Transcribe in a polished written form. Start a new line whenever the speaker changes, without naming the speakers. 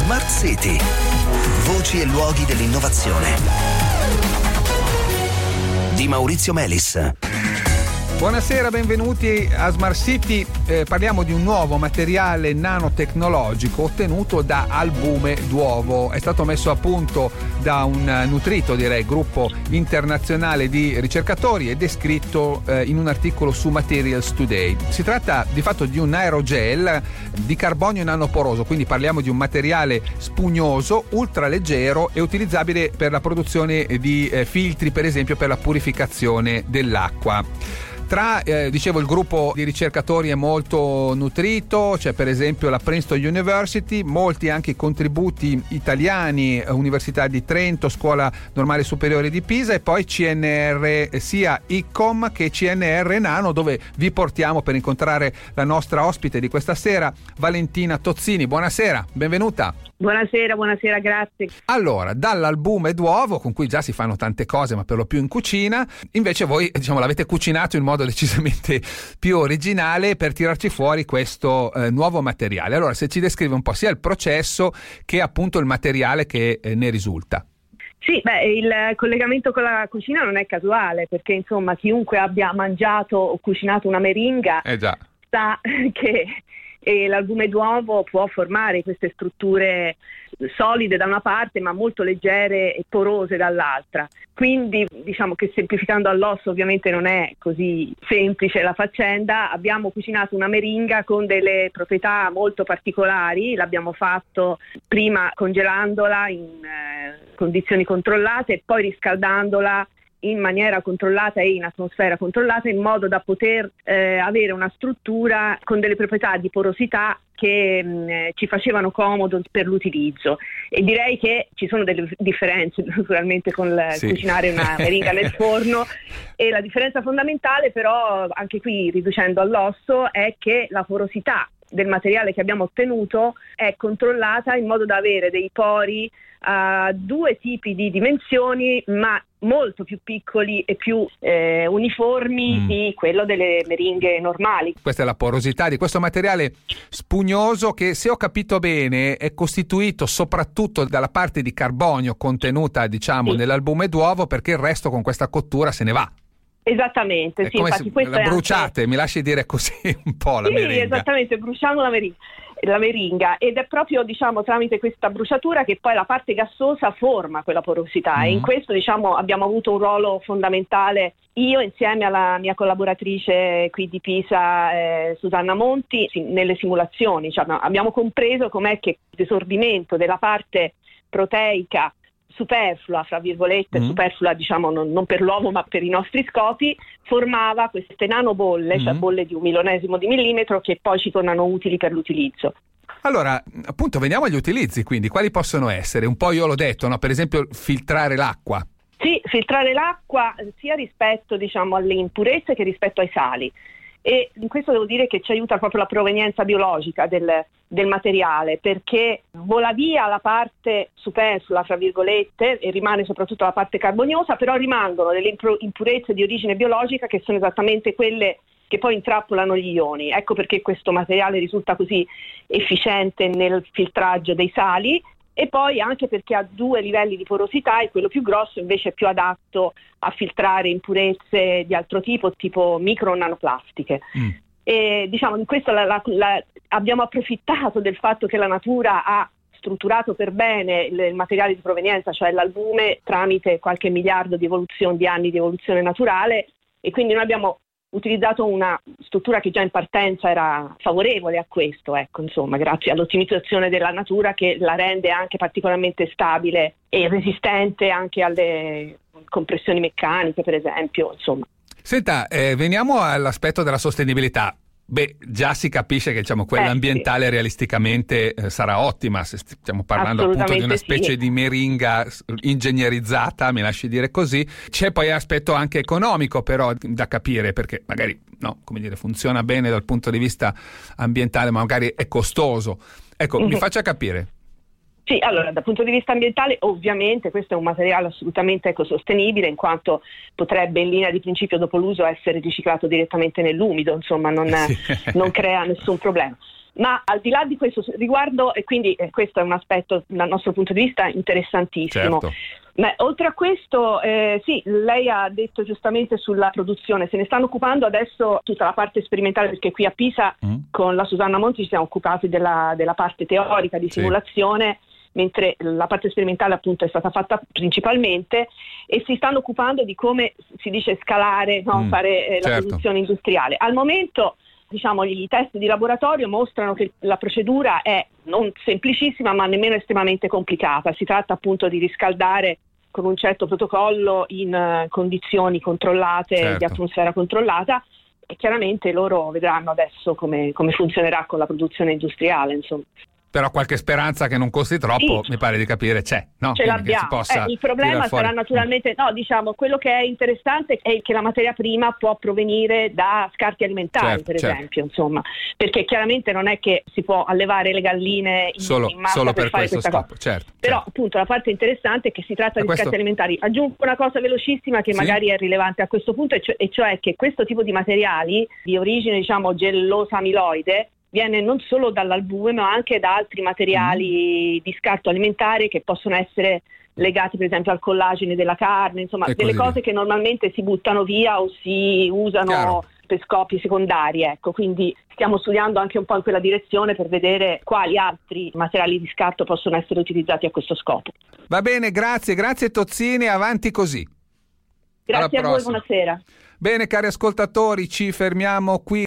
Smart City. Voci e luoghi dell'innovazione. Di Maurizio Melis.
Buonasera, benvenuti a Smart City. Parliamo di un nuovo materiale nanotecnologico ottenuto da albume d'uovo. È stato messo a punto da un nutrito, direi, gruppo internazionale di ricercatori e descritto in un articolo su Materials Today. Si tratta di fatto di un aerogel di carbonio nanoporoso, quindi parliamo di un materiale spugnoso, ultraleggero e utilizzabile per la produzione di filtri, per esempio per la purificazione dell'acqua. Dicevo, il gruppo di ricercatori è molto nutrito, c'è per esempio la Princeton University, molti anche i contributi italiani, Università di Trento, Scuola Normale Superiore di Pisa e poi CNR, sia ICOM che CNR Nano, dove vi portiamo per incontrare la nostra ospite di questa sera, Valentina Tozzini. Buonasera, benvenuta.
Buonasera, grazie.
Allora, dall'albume d'uovo, con cui già si fanno tante cose, ma per lo più in cucina, invece voi, l'avete cucinato in modo decisamente più originale per tirarci fuori questo nuovo materiale. Allora, se ci descrive un po' sia il processo che appunto il materiale che ne risulta.
Sì, il collegamento con la cucina non è casuale, perché insomma chiunque abbia mangiato o cucinato una meringa sa che l'albume d'uovo può formare queste strutture solide da una parte ma molto leggere e porose dall'altra. Quindi diciamo che, semplificando all'osso, ovviamente non è così semplice la faccenda. Abbiamo cucinato una meringa con delle proprietà molto particolari. L'abbiamo fatto prima congelandola in condizioni controllate e poi riscaldandola in maniera controllata e in atmosfera controllata, in modo da poter avere una struttura con delle proprietà di porosità che ci facevano comodo per l'utilizzo. E direi che ci sono delle differenze naturalmente con cucinare una meringa nel forno, e la differenza fondamentale però, anche qui riducendo all'osso, è che la porosità del materiale che abbiamo ottenuto è controllata in modo da avere dei pori a due tipi di dimensioni, ma molto più piccoli e più uniformi di quello delle meringhe normali.
Questa è la porosità di questo materiale spugnoso che, se ho capito bene, è costituito soprattutto dalla parte di carbonio contenuta nell'albume d'uovo, perché il resto con questa cottura se ne va.
Esattamente,
è come
infatti
se la bruciate, mi lasci dire così un po' la meringa. Sì,
esattamente, bruciamo la meringa, ed è proprio tramite questa bruciatura che poi la parte gassosa forma quella porosità, e in questo abbiamo avuto un ruolo fondamentale io insieme alla mia collaboratrice qui di Pisa, Susanna Monti, nelle simulazioni. Abbiamo compreso com'è che il disorbimento della parte proteica superflua, fra virgolette, superflua non per l'uovo ma per i nostri scopi, formava queste nanobolle, cioè bolle di 1/1000 di millimetro, che poi ci tornano utili per l'utilizzo.
Allora, appunto, veniamo agli utilizzi, quindi quali possono essere? Un po' io l'ho detto, per esempio filtrare l'acqua.
Sì, filtrare l'acqua sia rispetto alle impurezze che rispetto ai sali. E in questo devo dire che ci aiuta proprio la provenienza biologica del materiale, perché vola via la parte superflua, fra virgolette, e rimane soprattutto la parte carboniosa, però rimangono delle impurezze di origine biologica che sono esattamente quelle che poi intrappolano gli ioni. Ecco perché questo materiale risulta così efficiente nel filtraggio dei sali, e poi anche perché ha due livelli di porosità, e quello più grosso invece è più adatto a filtrare impurezze di altro tipo micro o nanoplastiche. E in questo abbiamo approfittato del fatto che la natura ha strutturato per bene il materiale di provenienza, cioè l'albume, tramite qualche miliardo di anni di evoluzione naturale, e quindi noi abbiamo utilizzato una struttura che già in partenza era favorevole a questo, grazie all'ottimizzazione della natura, che la rende anche particolarmente stabile e resistente anche alle compressioni meccaniche, per esempio,
Senta, veniamo all'aspetto della sostenibilità. Già si capisce che quella ambientale realisticamente sarà ottima, se stiamo parlando appunto di una specie di meringa ingegnerizzata, mi lasci dire così. C'è poi l'aspetto anche economico però da capire, perché magari funziona bene dal punto di vista ambientale, ma magari è costoso. Mi faccia capire.
Sì, allora dal punto di vista ambientale ovviamente questo è un materiale assolutamente ecosostenibile, in quanto potrebbe in linea di principio dopo l'uso essere riciclato direttamente nell'umido, non crea nessun problema. Ma al di là di questo riguardo, e quindi questo è un aspetto dal nostro punto di vista interessantissimo.
Certo.
Ma oltre a questo, sì, lei ha detto giustamente sulla produzione, se ne stanno occupando adesso tutta la parte sperimentale, perché qui a Pisa con la Susanna Monti ci siamo occupati della parte teorica di simulazione, mentre la parte sperimentale appunto è stata fatta principalmente, e si stanno occupando di come si dice scalare, fare la produzione industriale. Al momento, diciamo, i test di laboratorio mostrano che la procedura è non semplicissima ma nemmeno estremamente complicata. Si tratta appunto di riscaldare con un certo protocollo in condizioni controllate, di atmosfera controllata, e chiaramente loro vedranno adesso come funzionerà con la produzione industriale, insomma.
Però qualche speranza che non costi troppo, mi pare di capire, c'è, no?
Ce l'abbiamo. Il problema sarà naturalmente, quello che è interessante è che la materia prima può provenire da scarti alimentari, per esempio, insomma, perché chiaramente non è che si può allevare le galline in massa
solo
per fare questa
scopo.
cosa. Però appunto la parte interessante è che si tratta di scarti alimentari. Aggiungo una cosa velocissima che magari è rilevante a questo punto, e cioè che questo tipo di materiali di origine, diciamo, gellosa amiloide viene non solo dall'albume ma anche da altri materiali di scarto alimentare che possono essere legati per esempio al collagene della carne, insomma delle cose che normalmente si buttano via o si usano per scopi secondari, ecco. Quindi stiamo studiando anche un po' in quella direzione per vedere quali altri materiali di scarto possono essere utilizzati a questo scopo.
Va bene, grazie Tozzini, avanti così.
Grazie a voi, buonasera.
Bene, cari ascoltatori, ci fermiamo qui.